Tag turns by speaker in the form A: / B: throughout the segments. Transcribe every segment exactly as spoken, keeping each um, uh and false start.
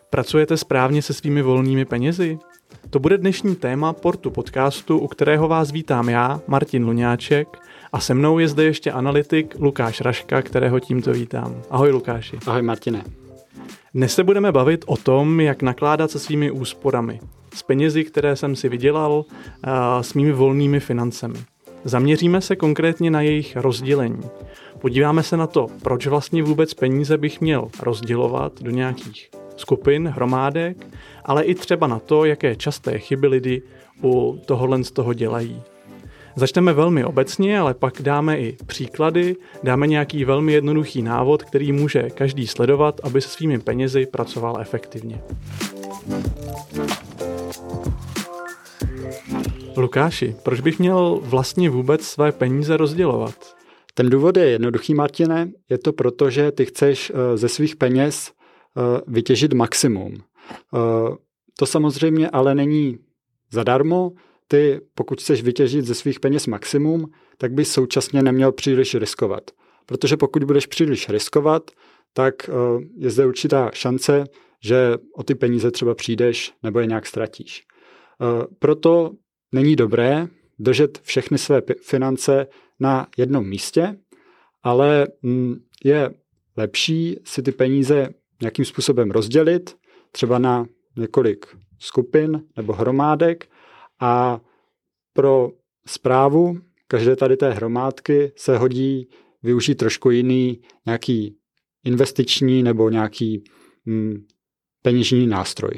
A: Pracujete správně se svými volnými penězi? To bude dnešní téma Portu podcastu, u kterého vás vítám já, Martin Luňáček, a se mnou je zde ještě analytik Lukáš Raška, kterého tímto vítám. Ahoj Lukáši.
B: Ahoj Martine.
A: Dnes se budeme bavit o tom, jak nakládat se svými úsporami, s penězi, které jsem si vydělal, a s mými volnými financemi. Zaměříme se konkrétně na jejich rozdělení. Podíváme se na to, proč vlastně vůbec peníze bych měl rozdělovat do nějakých skupin, hromádek, ale i třeba na to, jaké časté chyby lidi u tohohle z toho dělají. Začneme velmi obecně, ale pak dáme i příklady, dáme nějaký velmi jednoduchý návod, který může každý sledovat, aby se svými penězi pracoval efektivně. Lukáši, proč bych měl vlastně vůbec své peníze rozdělovat?
B: Ten důvod je jednoduchý, Martine. Je to proto, že ty chceš ze svých peněz vytěžit maximum. To samozřejmě ale není zadarmo. Ty, pokud chceš vytěžit ze svých peněz maximum, tak bys současně neměl příliš riskovat. Protože pokud budeš příliš riskovat, tak je zde určitá šance, že o ty peníze třeba přijdeš nebo je nějak ztratíš. Proto není dobré držet všechny své finance na jednom místě, ale je lepší si ty peníze nějakým způsobem rozdělit, třeba na několik skupin nebo hromádek, a pro správu každé tady té hromádky se hodí využít trošku jiný nějaký investiční nebo nějaký hm, peněžní nástroj.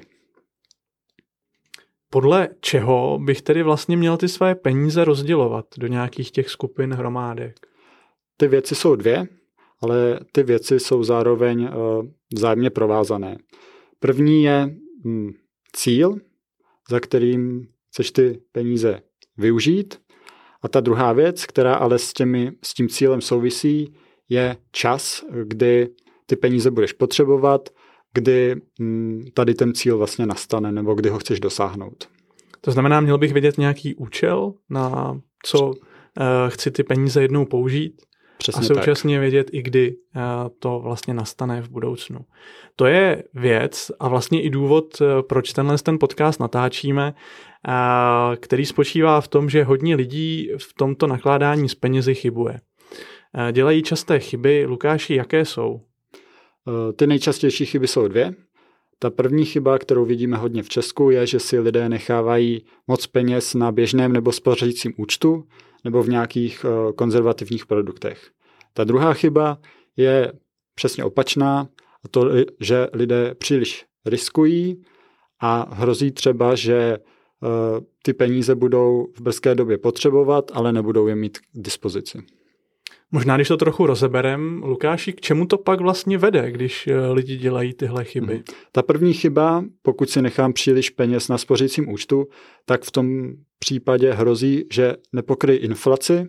A: Podle čeho bych tedy vlastně měl ty své peníze rozdělovat do nějakých těch skupin, hromádek?
B: Ty věci jsou dvě, ale ty věci jsou zároveň uh, vzájemně provázané. První je hm, cíl, za kterým chceš ty peníze využít. A ta druhá věc, která ale s, těmi, s tím cílem souvisí, je čas, kdy ty peníze budeš potřebovat, kdy hm, tady ten cíl vlastně nastane nebo kdy ho chceš dosáhnout.
A: To znamená, měl bych vědět nějaký účel, na co uh, chci ty peníze jednou použít? Přesně a současně tak vědět i kdy uh, to vlastně nastane v budoucnu. To je věc a vlastně i důvod, uh, proč tenhle ten podcast natáčíme, uh, který spočívá v tom, že hodně lidí v tomto nakládání s penězi chybuje. Uh, dělají časté chyby. Lukáši, jaké jsou?
B: Uh, ty nejčastější chyby jsou dvě. Ta první chyba, kterou vidíme hodně v Česku, je, že si lidé nechávají moc peněz na běžném nebo spořícím účtu nebo v nějakých uh, konzervativních produktech. Ta druhá chyba je přesně opačná, a to, že lidé příliš riskují a hrozí třeba, že uh, ty peníze budou v brzké době potřebovat, ale nebudou je mít k dispozici. Možná, když to trochu rozeberem, Lukáši, k čemu to pak vlastně vede, když lidi dělají tyhle chyby? Hmm. Ta první chyba, pokud si nechám příliš peněz na spořícím účtu, tak v tom případě hrozí, že nepokryjí inflaci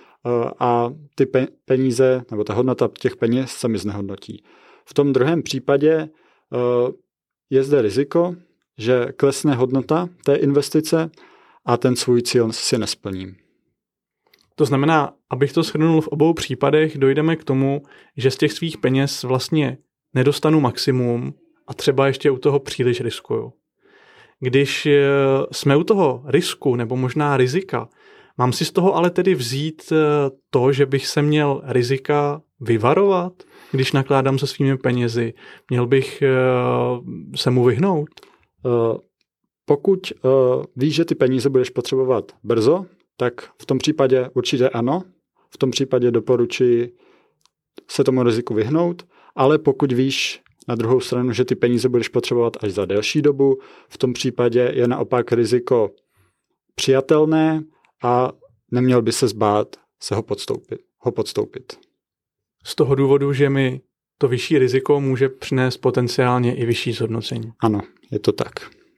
B: a ty peníze, nebo ta hodnota těch peněz se mi znehodnotí. V tom druhém případě je zde riziko, že klesne hodnota té investice a ten svůj cíl si nesplním.
A: To znamená, abych to shrnul, v obou případech dojdeme k tomu, že z těch svých peněz vlastně nedostanu maximum a třeba ještě u toho příliš riskuju. Když jsme u toho risku nebo možná rizika, mám si z toho ale tedy vzít to, že bych se měl rizika vyvarovat, když nakládám se svými penězi. Měl bych se mu vyhnout?
B: Pokud víš, že ty peníze budeš potřebovat brzo, tak v tom případě určitě ano. V tom případě doporučuji se tomu riziku vyhnout, ale pokud víš na druhou stranu, že ty peníze budeš potřebovat až za delší dobu, v tom případě je naopak riziko přijatelné a neměl by se zbát se ho podstoupit. Ho podstoupit.
A: Z toho důvodu, že mi to vyšší riziko může přinést potenciálně i vyšší zhodnocení.
B: Ano, je to tak.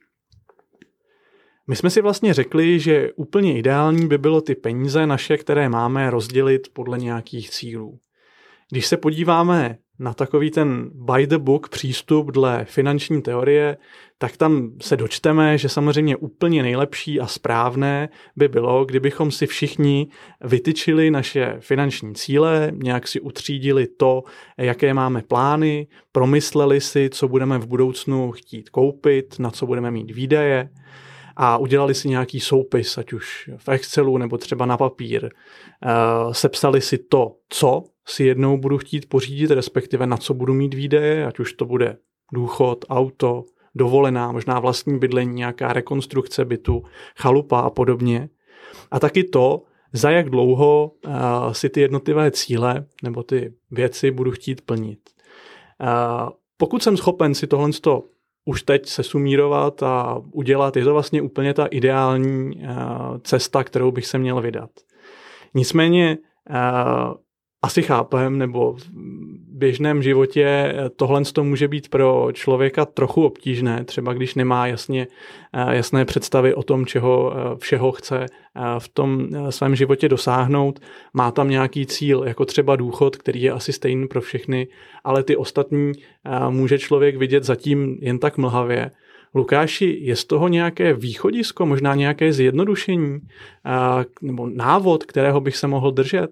A: My jsme si vlastně řekli, že úplně ideální by bylo ty peníze naše, které máme, rozdělit podle nějakých cílů. Když se podíváme na takový ten by the book přístup dle finanční teorie, tak tam se dočteme, že samozřejmě úplně nejlepší a správné by bylo, kdybychom si všichni vytyčili naše finanční cíle, nějak si utřídili to, jaké máme plány, promysleli si, co budeme v budoucnu chtít koupit, na co budeme mít výdaje a udělali si nějaký soupis, ať už v Excelu nebo třeba na papír. Sepsali si to, co si jednou budu chtít pořídit, respektive na co budu mít výdaje, ať už to bude důchod, auto, dovolená, možná vlastní bydlení, nějaká rekonstrukce bytu, chalupa a podobně. A taky to, za jak dlouho uh, si ty jednotlivé cíle nebo ty věci budu chtít plnit. Uh, pokud jsem schopen si tohle už teď sesumírovat a udělat, je to vlastně úplně ta ideální uh, cesta, kterou bych se měl vydat. Nicméně uh, asi chápem, nebo v běžném životě tohle to může být pro člověka trochu obtížné, třeba když nemá jasně, jasné představy o tom, čeho všeho chce v tom svém životě dosáhnout. Má tam nějaký cíl, jako třeba důchod, který je asi stejný pro všechny, ale ty ostatní může člověk vidět zatím jen tak mlhavě. Lukáši, je z toho nějaké východisko, možná nějaké zjednodušení nebo návod, kterého bych se mohl držet?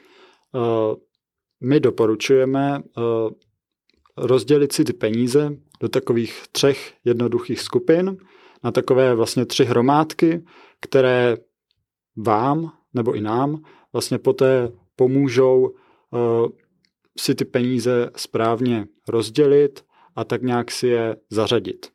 B: My doporučujeme rozdělit si ty peníze do takových třech jednoduchých skupin, na takové vlastně tři hromádky, které vám nebo i nám vlastně poté pomůžou si ty peníze správně rozdělit a tak nějak si je zařadit.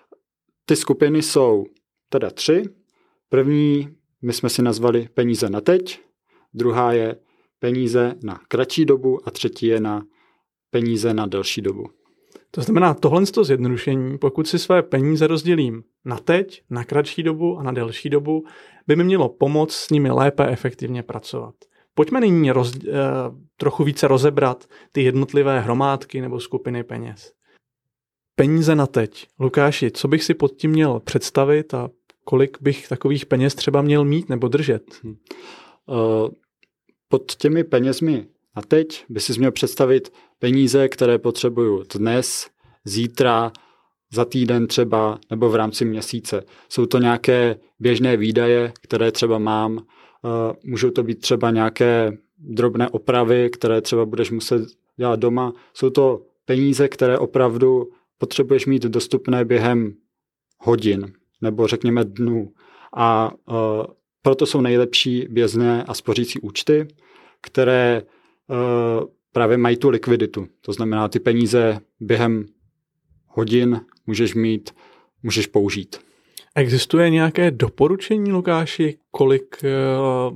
B: Ty skupiny jsou teda tři. První my jsme si nazvali peníze na teď, druhá je peníze na kratší dobu a třetí je na peníze na delší dobu.
A: To znamená, tohle zjednodušení, pokud si své peníze rozdělím na teď, na kratší dobu a na delší dobu, by mi mělo pomoct s nimi lépe efektivně pracovat. Pojďme nyní roz, eh, trochu více rozebrat ty jednotlivé hromádky nebo skupiny peněz. Peníze na teď. Lukáši, co bych si pod tím měl představit a kolik bych takových peněz třeba měl mít nebo držet?
B: Hmm. Uh... Pod těmi penězmi a teď by si měl představit peníze, které potřebuju dnes, zítra, za týden třeba, nebo v rámci měsíce. Jsou to nějaké běžné výdaje, které třeba mám. Můžou to být třeba nějaké drobné opravy, které třeba budeš muset dělat doma. Jsou to peníze, které opravdu potřebuješ mít dostupné během hodin, nebo řekněme dnů. A proto jsou nejlepší běžné a spořící účty, které uh, právě mají tu likviditu. To znamená, ty peníze během hodin můžeš mít, můžeš použít.
A: Existuje nějaké doporučení, Lukáši, kolik uh,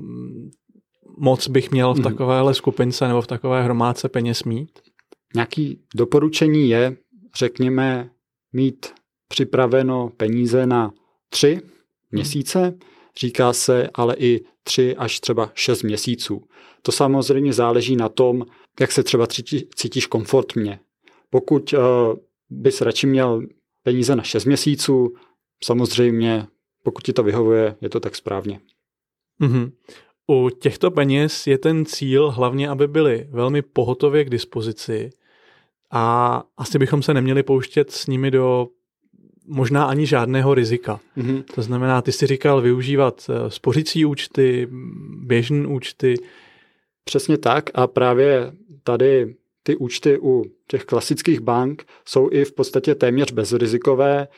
A: moc bych měl v takovéhle skupince nebo v takové hromádce peněz mít?
B: Nějaké doporučení je, řekněme, mít připraveno peníze na tři měsíce, říká se ale i tři až třeba šest měsíců. To samozřejmě záleží na tom, jak se třeba cítíš komfortně. Pokud uh, bys radši měl peníze na šest měsíců, samozřejmě, pokud ti to vyhovuje, je to tak správně.
A: Mm-hmm. U těchto peněz je ten cíl hlavně, aby byly velmi pohotově k dispozici a asi bychom se neměli pouštět s nimi do možná ani žádného rizika. Mm-hmm. To znamená, ty jsi říkal využívat spořící účty, běžné účty.
B: Přesně tak a právě tady ty účty u těch klasických bank jsou i v podstatě téměř bezrizikové,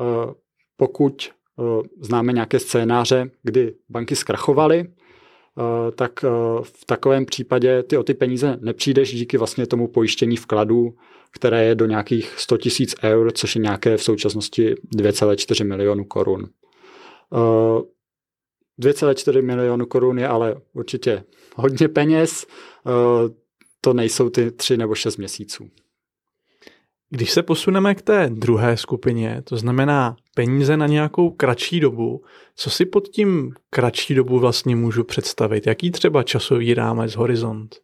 B: pokud známe nějaké scénáře, kdy banky zkrachovaly, tak v takovém případě ty o ty peníze nepřijdeš díky vlastně tomu pojištění vkladů, které je do nějakých sto tisíc eur, což je nějaké v současnosti dvě celé čtyři milionu korun. dvě celé čtyři milionu korun je ale určitě hodně peněz, to nejsou ty tři nebo šest měsíců.
A: Když se posuneme k té druhé skupině, to znamená peníze na nějakou kratší dobu, co si pod tím kratší dobu vlastně můžu představit? Jaký třeba časový rámec, horizont?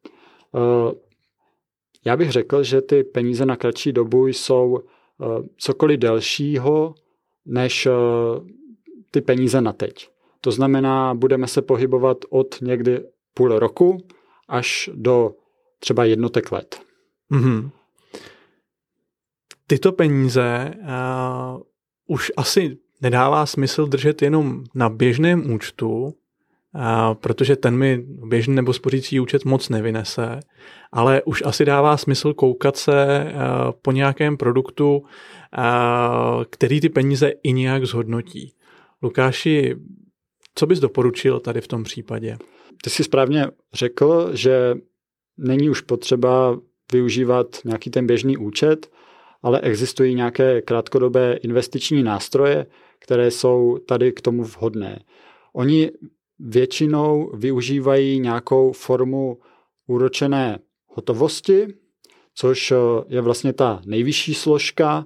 B: Já bych řekl, že ty peníze na kratší dobu jsou cokoliv delšího než ty peníze na teď. To znamená, budeme se pohybovat od někdy půl roku až do třeba jednotek let. Mm-hmm.
A: tyto peníze uh, už asi nedává smysl držet jenom na běžném účtu, a protože ten mi běžný nebo spořící účet moc nevynese, ale už asi dává smysl koukat se po nějakém produktu, který ty peníze i nějak zhodnotí. Lukáši, co bys doporučil tady v tom případě?
B: Ty jsi správně řekl, že není už potřeba využívat nějaký ten běžný účet, ale existují nějaké krátkodobé investiční nástroje, které jsou tady k tomu vhodné. Oni většinou využívají nějakou formu úročené hotovosti, což je vlastně ta nejvyšší složka,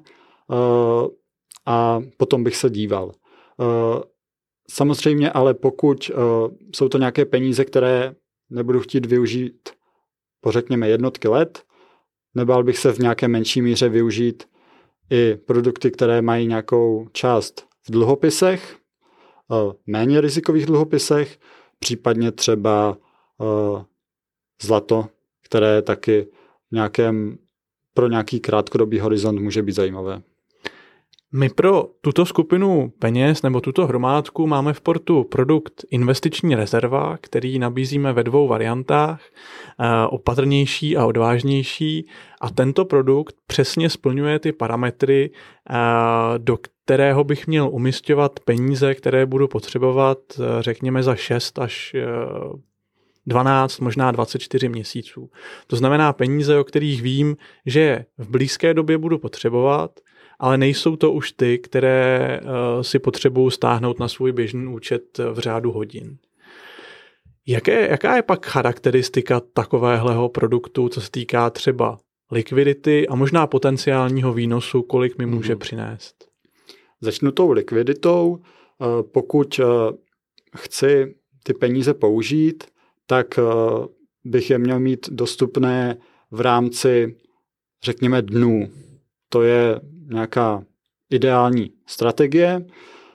B: a potom bych se díval. Samozřejmě, ale pokud jsou to nějaké peníze, které nebudu chtít využít po řekněme jednotky let, nebál bych se v nějaké menší míře využít i produkty, které mají nějakou část v dluhopisech, méně rizikových dluhopisech, případně třeba zlato, které taky v nějakém, pro nějaký krátkodobý horizont může být zajímavé.
A: My pro tuto skupinu peněz nebo tuto hromádku máme v portu produkt investiční rezerva, který nabízíme ve dvou variantách, opatrnější a odvážnější, a tento produkt přesně splňuje ty parametry, do kterého bych měl umisťovat peníze, které budu potřebovat řekněme za šest až dvanáct, možná dvacet čtyři měsíců. To znamená peníze, o kterých vím, že v blízké době budu potřebovat, ale nejsou to už ty, které uh, si potřebuju stáhnout na svůj běžný účet v řádu hodin. Jaké, jaká je pak charakteristika takovéhleho produktu, co se týká třeba likvidity a možná potenciálního výnosu, kolik mi může hmm. přinést?
B: Začnu tou likviditou. Pokud chci ty peníze použít, tak bych je měl mít dostupné v rámci, řekněme, dnů. To je nějaká ideální strategie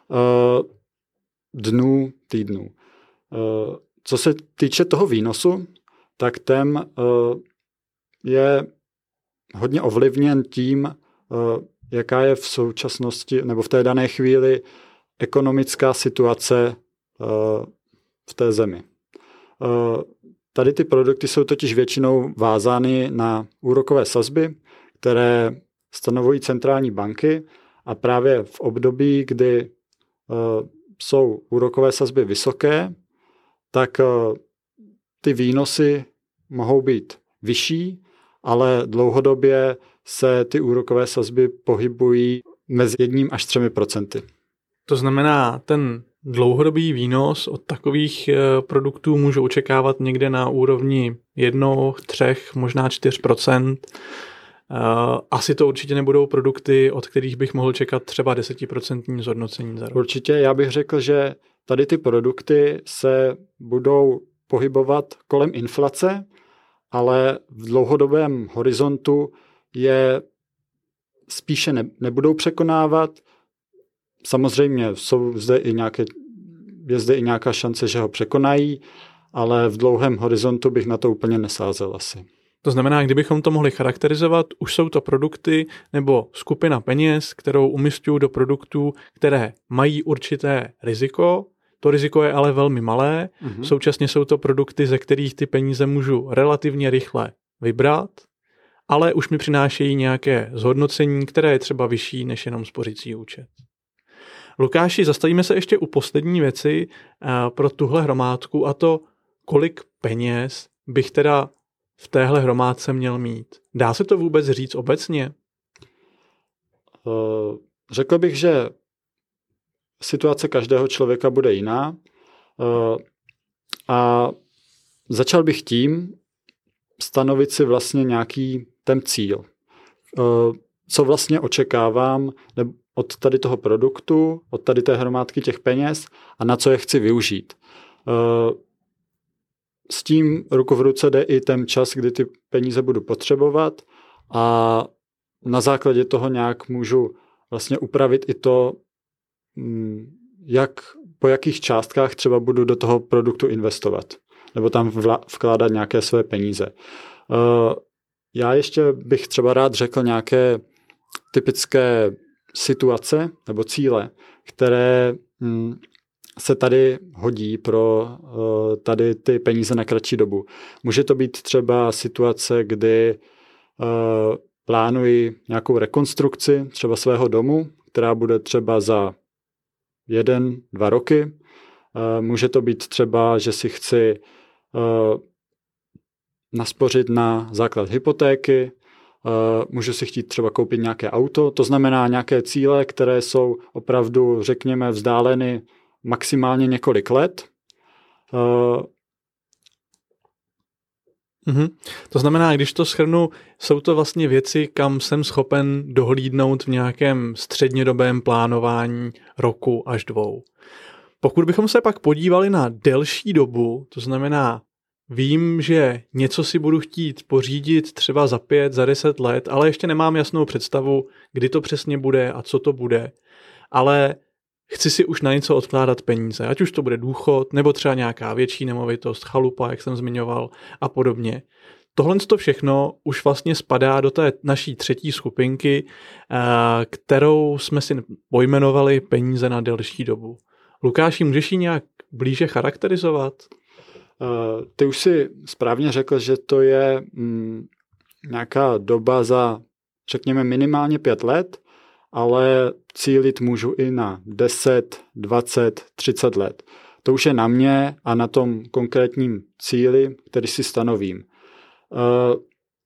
B: dnů, týdnů. Co se týče toho výnosu, tak ten je hodně ovlivněn tím, jaká je v současnosti nebo v té dané chvíli ekonomická situace v té zemi. Tady ty produkty jsou totiž většinou vázány na úrokové sazby, které stanovují centrální banky, a právě v období, kdy jsou úrokové sazby vysoké, tak ty výnosy mohou být vyšší, ale dlouhodobě se ty úrokové sazby pohybují mezi jedním až třemi procenty.
A: To znamená, ten dlouhodobý výnos od takových produktů můžu očekávat někde na úrovni jednoho, třech, možná čtyř procent. Asi to určitě nebudou produkty, od kterých bych mohl čekat třeba desetiprocentní zhodnocení za rok.
B: Určitě, já bych řekl, že tady ty produkty se budou pohybovat kolem inflace, ale v dlouhodobém horizontu je spíše ne, nebudou překonávat. Samozřejmě jsou zde i nějaké, je zde i nějaká šance, že ho překonají, ale v dlouhém horizontu bych na to úplně nesázel asi.
A: To znamená, kdybychom to mohli charakterizovat, už jsou to produkty nebo skupina peněz, kterou umisťuju do produktů, které mají určité riziko. To riziko je ale velmi malé. Mm-hmm. Současně jsou to produkty, ze kterých ty peníze můžu relativně rychle vybrat, ale už mi přinášejí nějaké zhodnocení, které je třeba vyšší než jenom spořící účet. Lukáši, zastavíme se ještě u poslední věci pro tuhle hromádku, a to, kolik peněz bych teda v téhle hromádce měl mít. Dá se to vůbec říct obecně?
B: Řekl bych, že situace každého člověka bude jiná, a začal bych tím stanovit si vlastně nějaký ten cíl. Co vlastně očekávám od tady toho produktu, od tady té hromádky těch peněz a na co je chci využít. S tím ruku v ruce jde i ten čas, kdy ty peníze budu potřebovat, a na základě toho nějak můžu vlastně upravit i to, jak, po jakých částkách třeba budu do toho produktu investovat, nebo tam vla, vkládat nějaké své peníze. Já ještě bych třeba rád řekl nějaké typické situace nebo cíle, které hm, se tady hodí pro uh, tady ty peníze na kratší dobu. Může to být třeba situace, kdy uh, plánuji nějakou rekonstrukci třeba svého domu, která bude třeba za jeden, dva roky. Uh, může to být třeba, že si chci uh, naspořit na základ hypotéky, uh, můžu si chtít třeba koupit nějaké auto, to znamená nějaké cíle, které jsou opravdu, řekněme, vzdáleny maximálně několik let. Uh,
A: mm-hmm. To znamená, když to shrnu, jsou to vlastně věci, kam jsem schopen dohlídnout v nějakém střednědobém plánování roku až dvou. Pokud bychom se pak podívali na delší dobu, to znamená, vím, že něco si budu chtít pořídit třeba za pět, za deset let, ale ještě nemám jasnou představu, kdy to přesně bude a co to bude, ale chci si už na něco odkládat peníze, ať už to bude důchod, nebo třeba nějaká větší nemovitost, chalupa, jak jsem zmiňoval, a podobně. Tohle to všechno už vlastně spadá do té naší třetí skupinky, kterou jsme si pojmenovali peníze na delší dobu. Lukáši, můžeš ji nějak blíže charakterizovat?
B: Ty už si správně řekl, že to je mm, nějaká doba za, řekněme, minimálně pět let, ale cílit můžu i na deset, dvacet, třicet let. To už je na mě a na tom konkrétním cíli, který si stanovím. Uh,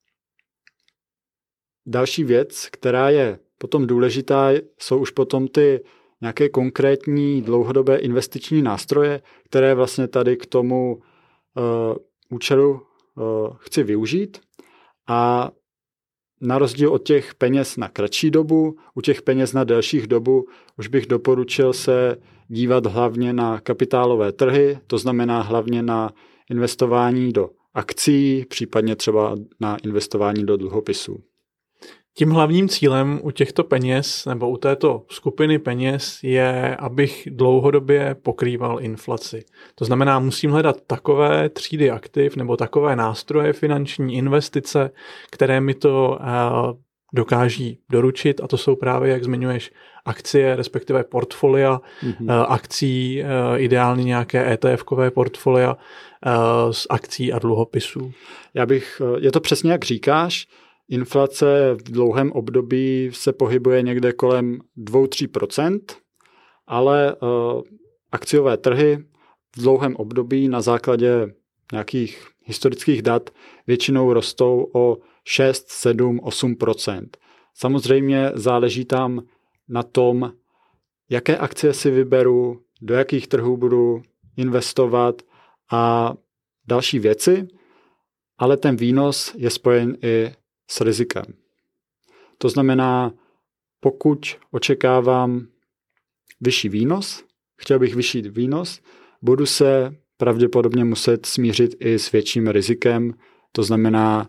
B: další věc, která je potom důležitá, jsou už potom ty nějaké konkrétní dlouhodobé investiční nástroje, které vlastně tady k tomu uh, účelu uh, chci využít. A na rozdíl od těch peněz na kratší dobu, u těch peněz na delších dobu už bych doporučil se dívat hlavně na kapitálové trhy, to znamená hlavně na investování do akcí, případně třeba na investování do dluhopisů.
A: Tím hlavním cílem u těchto peněz nebo u této skupiny peněz je, abych dlouhodobě pokrýval inflaci. To znamená, musím hledat takové třídy aktiv nebo takové nástroje finanční investice, které mi to dokáží doručit, a to jsou právě, jak zmiňuješ, akcie, respektive portfolia mm-hmm. akcí, ideálně nějaké é té efkové portfolia z akcí a dluhopisů.
B: Já bych, je to přesně jak říkáš, inflace v dlouhém období se pohybuje někde kolem dva až tři procenta, ale uh, akciové trhy v dlouhém období na základě nějakých historických dat většinou rostou o šest, sedm, osm procent. Samozřejmě záleží tam na tom, jaké akcie si vyberu, do jakých trhů budu investovat a další věci, ale ten výnos je spojen i s rizikem. To znamená, pokud očekávám vyšší výnos, chtěl bych vyšší výnos, budu se pravděpodobně muset smířit i s větším rizikem, to znamená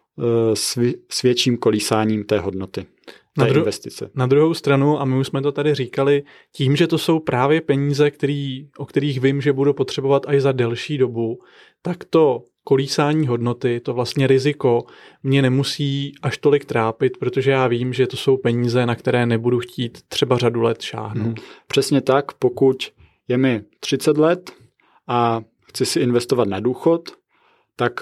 B: s větším kolísáním té hodnoty, té
A: na dru-
B: investice.
A: Na druhou stranu, a my už jsme to tady říkali, tím, že to jsou právě peníze, který, o kterých vím, že budu potřebovat až za delší dobu, tak to kolísání hodnoty, to vlastně riziko mě nemusí až tolik trápit, protože já vím, že to jsou peníze, na které nebudu chtít třeba řadu let šáhnout. Hmm.
B: Přesně tak, pokud je mi třicet let a chci si investovat na důchod, tak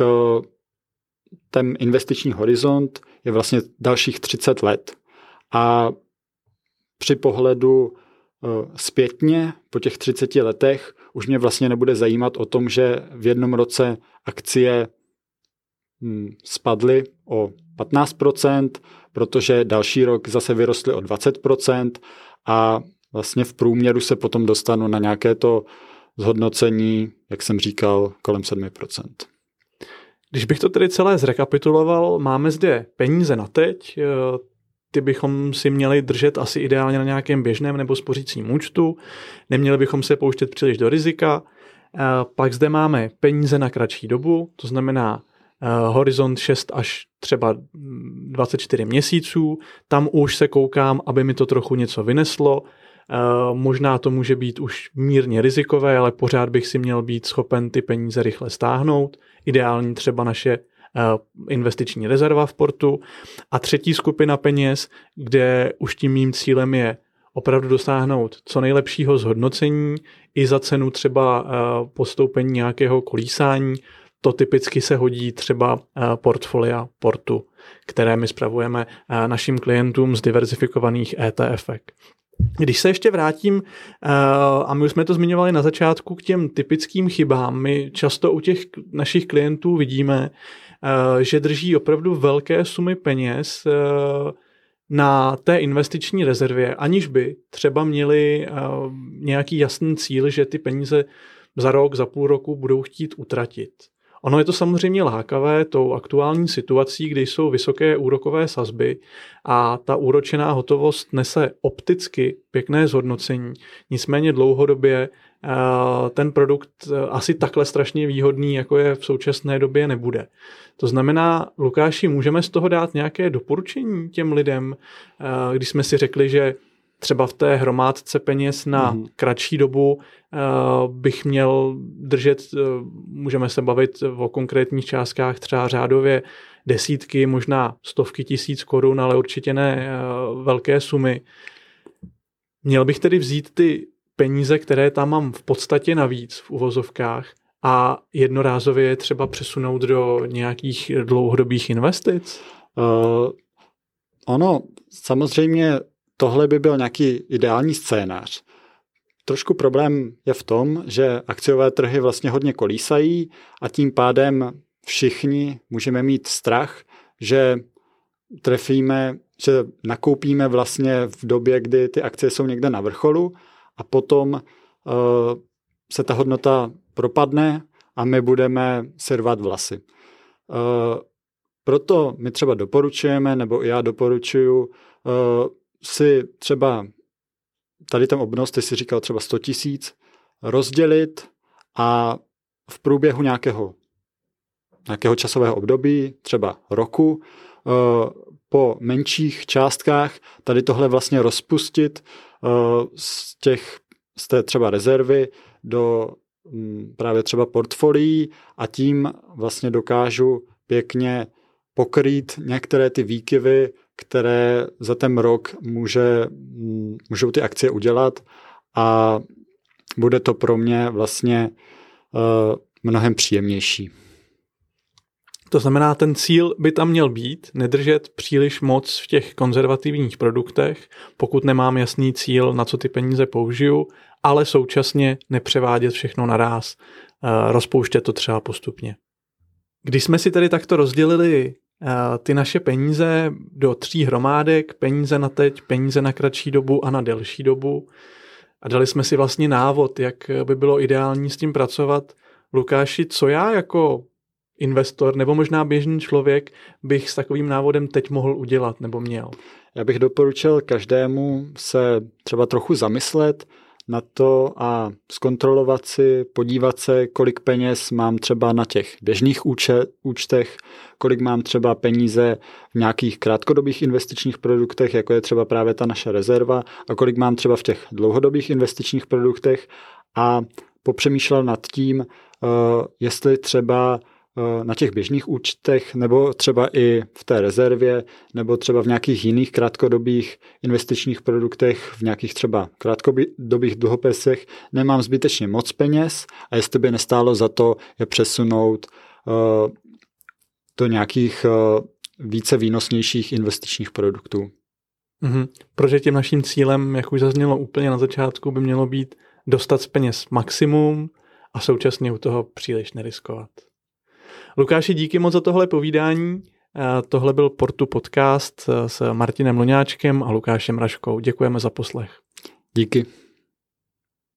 B: ten investiční horizont je vlastně dalších třicet let. A při pohledu zpětně po těch třiceti letech už mě vlastně nebude zajímat o tom, že v jednom roce akcie spadly o patnáct procent, protože další rok zase vyrostly o dvacet procent a vlastně v průměru se potom dostanu na nějaké to zhodnocení, jak jsem říkal, kolem sedm procent.
A: Když bych to tedy celé zrekapituloval, máme zde peníze na teď, ty bychom si měli držet asi ideálně na nějakém běžném nebo spořícím účtu, neměli bychom se pouštět příliš do rizika. Pak zde máme peníze na kratší dobu, to znamená horizont šest až třeba dvacet čtyři měsíců, tam už se koukám, aby mi to trochu něco vyneslo. Možná to může být už mírně rizikové, ale pořád bych si měl být schopen ty peníze rychle stáhnout. Ideální třeba naše investiční rezerva v portu a třetí skupina peněz, kde už tím mým cílem je opravdu dosáhnout co nejlepšího zhodnocení i za cenu třeba postoupení nějakého kolísání. To typicky se hodí třeba portfolia portu, které my spravujeme našim klientům z diverzifikovaných E T F ek. Když se ještě vrátím, a my už jsme to zmiňovali na začátku, k těm typickým chybám, my často u těch našich klientů vidíme, že drží opravdu velké sumy peněz na té investiční rezervě, aniž by třeba měli nějaký jasný cíl, že ty peníze za rok, za půl roku budou chtít utratit. Ono je to samozřejmě lákavé tou aktuální situací, kdy jsou vysoké úrokové sazby a ta úročená hotovost nese opticky pěkné zhodnocení. Nicméně dlouhodobě ten produkt asi takhle strašně výhodný, jako je v současné době, nebude. To znamená, Lukáši, můžeme z toho dát nějaké doporučení těm lidem, když jsme si řekli, že třeba v té hromádce peněz na mm. kratší dobu uh, bych měl držet, uh, můžeme se bavit o konkrétních částkách, třeba řádově desítky, možná stovky tisíc korun, ale určitě ne uh, velké sumy. Měl bych tedy vzít ty peníze, které tam mám v podstatě navíc v uvozovkách a jednorázově je třeba přesunout do nějakých dlouhodobých investic?
B: Uh, ono, samozřejmě tohle by byl nějaký ideální scénář. Trošku problém je v tom, že akciové trhy vlastně hodně kolísají a tím pádem všichni můžeme mít strach, že trefíme, že nakoupíme vlastně v době, kdy ty akcie jsou někde na vrcholu a potom uh, se ta hodnota propadne a my budeme si rvat vlasy. Uh, proto my třeba doporučujeme, nebo i já doporučuju uh, si třeba tady ten obnos, ty si říkal třeba sto tisíc, rozdělit a v průběhu nějakého, nějakého časového období, třeba roku, po menších částkách tady tohle vlastně rozpustit z těch, z té třeba rezervy do právě třeba portfolií a tím vlastně dokážu pěkně pokrýt některé ty výkyvy, které za ten rok může, můžou ty akcie udělat a bude to pro mě vlastně uh, mnohem příjemnější.
A: To znamená, ten cíl by tam měl být, nedržet příliš moc v těch konzervativních produktech, pokud nemám jasný cíl, na co ty peníze použiju, ale současně nepřevádět všechno naráz, uh, rozpouštět to třeba postupně. Když jsme si tedy takto rozdělili ty naše peníze do tří hromádek, peníze na teď, peníze na kratší dobu a na delší dobu. A dali jsme si vlastně návod, jak by bylo ideální s tím pracovat. Lukáši, co já jako investor nebo možná běžný člověk bych s takovým návodem teď mohl udělat nebo měl?
B: Já bych doporučil každému se třeba trochu zamyslet na to a zkontrolovat si, podívat se, kolik peněz mám třeba na těch běžných účet, účtech, kolik mám třeba peníze v nějakých krátkodobých investičních produktech, jako je třeba právě ta naše rezerva, a kolik mám třeba v těch dlouhodobých investičních produktech a popřemýšlel nad tím, uh, jestli třeba na těch běžných účtech, nebo třeba i v té rezervě, nebo třeba v nějakých jiných krátkodobých investičních produktech, v nějakých třeba krátkodobých dluhopisech nemám zbytečně moc peněz a jestli by nestálo za to je přesunout uh, do nějakých uh, více výnosnějších investičních produktů.
A: Mm-hmm. Protože tím naším cílem, jak už zaznělo úplně na začátku, by mělo být dostat z peněz maximum a současně u toho příliš neriskovat. Lukáši, díky moc za tohle povídání. Tohle byl Portu podcast s Martinem Luňáčkem a Lukášem Raškou. Děkujeme za poslech.
B: Díky.